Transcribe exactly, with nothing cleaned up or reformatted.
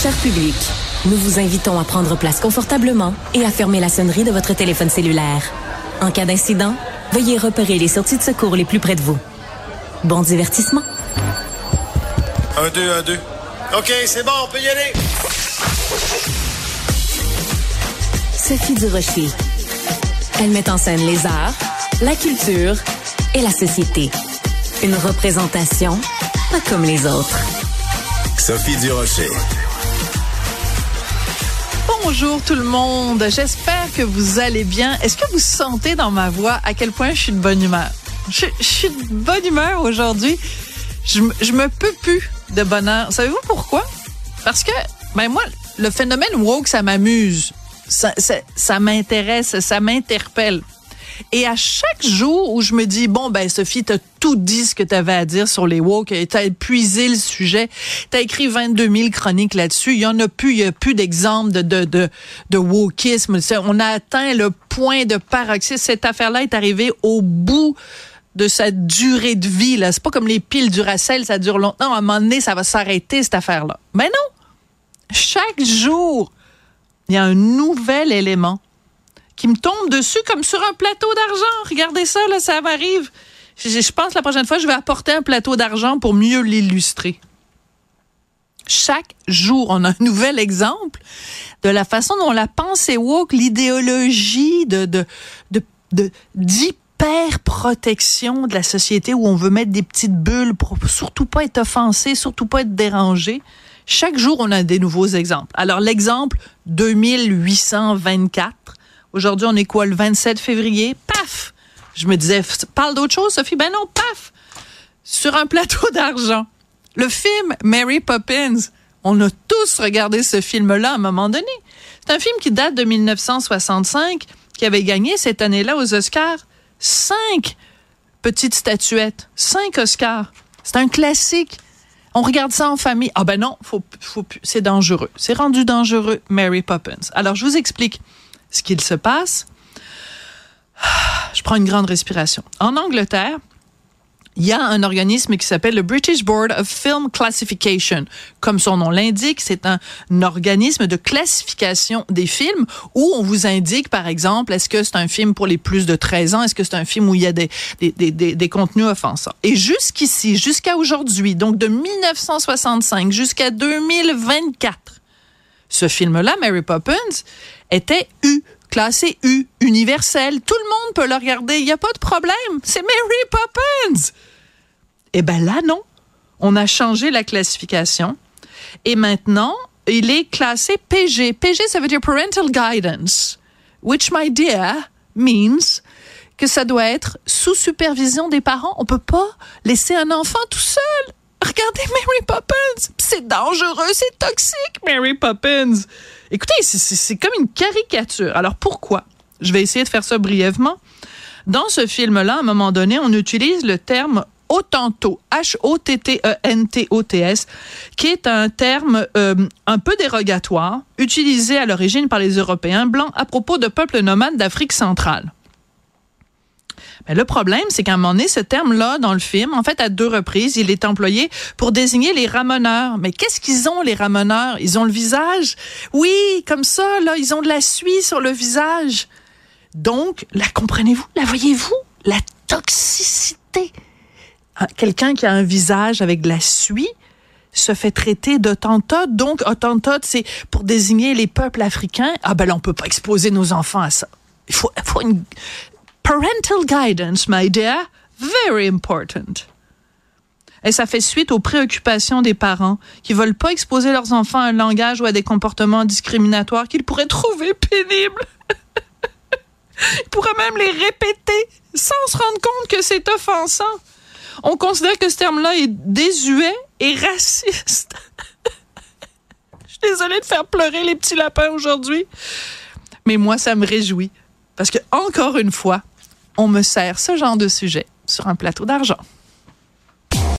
Cher public, nous vous invitons à prendre place confortablement et à fermer la sonnerie de votre téléphone cellulaire. En cas d'incident, veuillez repérer les sorties de secours les plus près de vous. Bon divertissement. Un, deux, un, deux. OK, c'est bon, on peut y aller. Sophie Durocher. Elle met en scène les arts, la culture et la société. Une représentation pas comme les autres. Sophie Durocher. Bonjour tout le monde, j'espère que vous allez bien. Est-ce que vous sentez dans ma voix à quel point je suis de bonne humeur? Je, je suis de bonne humeur aujourd'hui. Je, je me peux plus de bonheur. Savez-vous pourquoi? Parce que, ben moi, le phénomène woke, ça m'amuse. Ça, ça, ça m'intéresse, ça m'interpelle. Et à chaque jour où je me dis, bon, ben Sophie, t'as tout dit ce que t'avais à dire sur les woke, t'as épuisé le sujet, t'as écrit vingt-deux mille chroniques là-dessus, il y en a plus, il y a plus d'exemples de, de, de, de wokisme. On a atteint le point de paroxysme. Cette affaire-là est arrivée au bout de sa durée de vie, là. C'est pas comme les piles Duracell, ça dure longtemps. À un moment donné, ça va s'arrêter, cette affaire-là. Mais non! Chaque jour, il y a un nouvel élément qui me tombe dessus comme sur un plateau d'argent. Regardez ça, là, ça m'arrive. Je, je pense que la prochaine fois, je vais apporter un plateau d'argent pour mieux l'illustrer. Chaque jour, on a un nouvel exemple de la façon dont la pensée woke, l'idéologie de, de, de, de, d'hyper-protection de la société où on veut mettre des petites bulles pour surtout pas être offensé, surtout pas être dérangé. Chaque jour, on a des nouveaux exemples. Alors, l'exemple deux mille huit cent vingt-quatre. Aujourd'hui, on est quoi, le vingt-sept février? Paf! Je me disais, parle d'autre chose, Sophie? Ben non, paf! Sur un plateau d'argent. Le film Mary Poppins. On a tous regardé ce film-là à un moment donné. C'est un film qui date de dix-neuf cent soixante-cinq, qui avait gagné cette année-là aux Oscars cinq petites statuettes. Cinq Oscars. C'est un classique. On regarde ça en famille. Ah ben non, faut, faut, c'est dangereux. C'est rendu dangereux, Mary Poppins. Alors, je vous explique ce qu'il se passe. Je prends une grande respiration. En Angleterre, il y a un organisme qui s'appelle le British Board of Film Classification. Comme son nom l'indique, c'est un, un organisme de classification des films où on vous indique, par exemple, est-ce que c'est un film pour les plus de treize ans? Est-ce que c'est un film où il y a des, des, des, des, des contenus offensants? Et jusqu'ici, jusqu'à aujourd'hui, donc de dix-neuf cent soixante-cinq jusqu'à deux mille vingt-quatre, ce film-là, Mary Poppins, était U, classé U, universel. Tout le monde peut le regarder, il n'y a pas de problème. C'est Mary Poppins! Eh bien là, non. On a changé la classification et maintenant, il est classé P G. P G, ça veut dire Parental Guidance, which, my dear, means que ça doit être sous supervision des parents. On ne peut pas laisser un enfant tout seul. Regardez Mary Poppins! C'est dangereux, c'est toxique, Mary Poppins! Écoutez, c'est, c'est, c'est comme une caricature. Alors, pourquoi? Je vais essayer de faire ça brièvement. Dans ce film-là, à un moment donné, on utilise le terme Hottentot, H O T T E N T O T S, qui est un terme euh, un peu dérogatoire, utilisé à l'origine par les Européens blancs à propos de peuples nomades d'Afrique centrale. Mais le problème, c'est qu'à un moment donné, ce terme-là, dans le film, en fait, à deux reprises, il est employé pour désigner les ramoneurs. Mais qu'est-ce qu'ils ont, les ramoneurs? Ils ont le visage. Oui, comme ça, là, ils ont de la suie sur le visage. Donc, la comprenez-vous? La voyez-vous? La toxicité. Quelqu'un qui a un visage avec de la suie se fait traiter d'Hottentot. Donc, Hottentot, c'est pour désigner les peuples africains. Ah ben là, on peut pas exposer nos enfants à ça. Il faut, il faut une... Parental guidance, my dear, very important. Et ça fait suite aux préoccupations des parents qui veulent pas exposer leurs enfants à un langage ou à des comportements discriminatoires qu'ils pourraient trouver pénibles. Ils pourraient même les répéter sans se rendre compte que c'est offensant. On considère que ce terme-là est désuet et raciste. Je suis désolée de faire pleurer les petits lapins aujourd'hui, mais moi, ça me réjouit. Parce que, encore une fois, on me sert ce genre de sujet sur un plateau d'argent.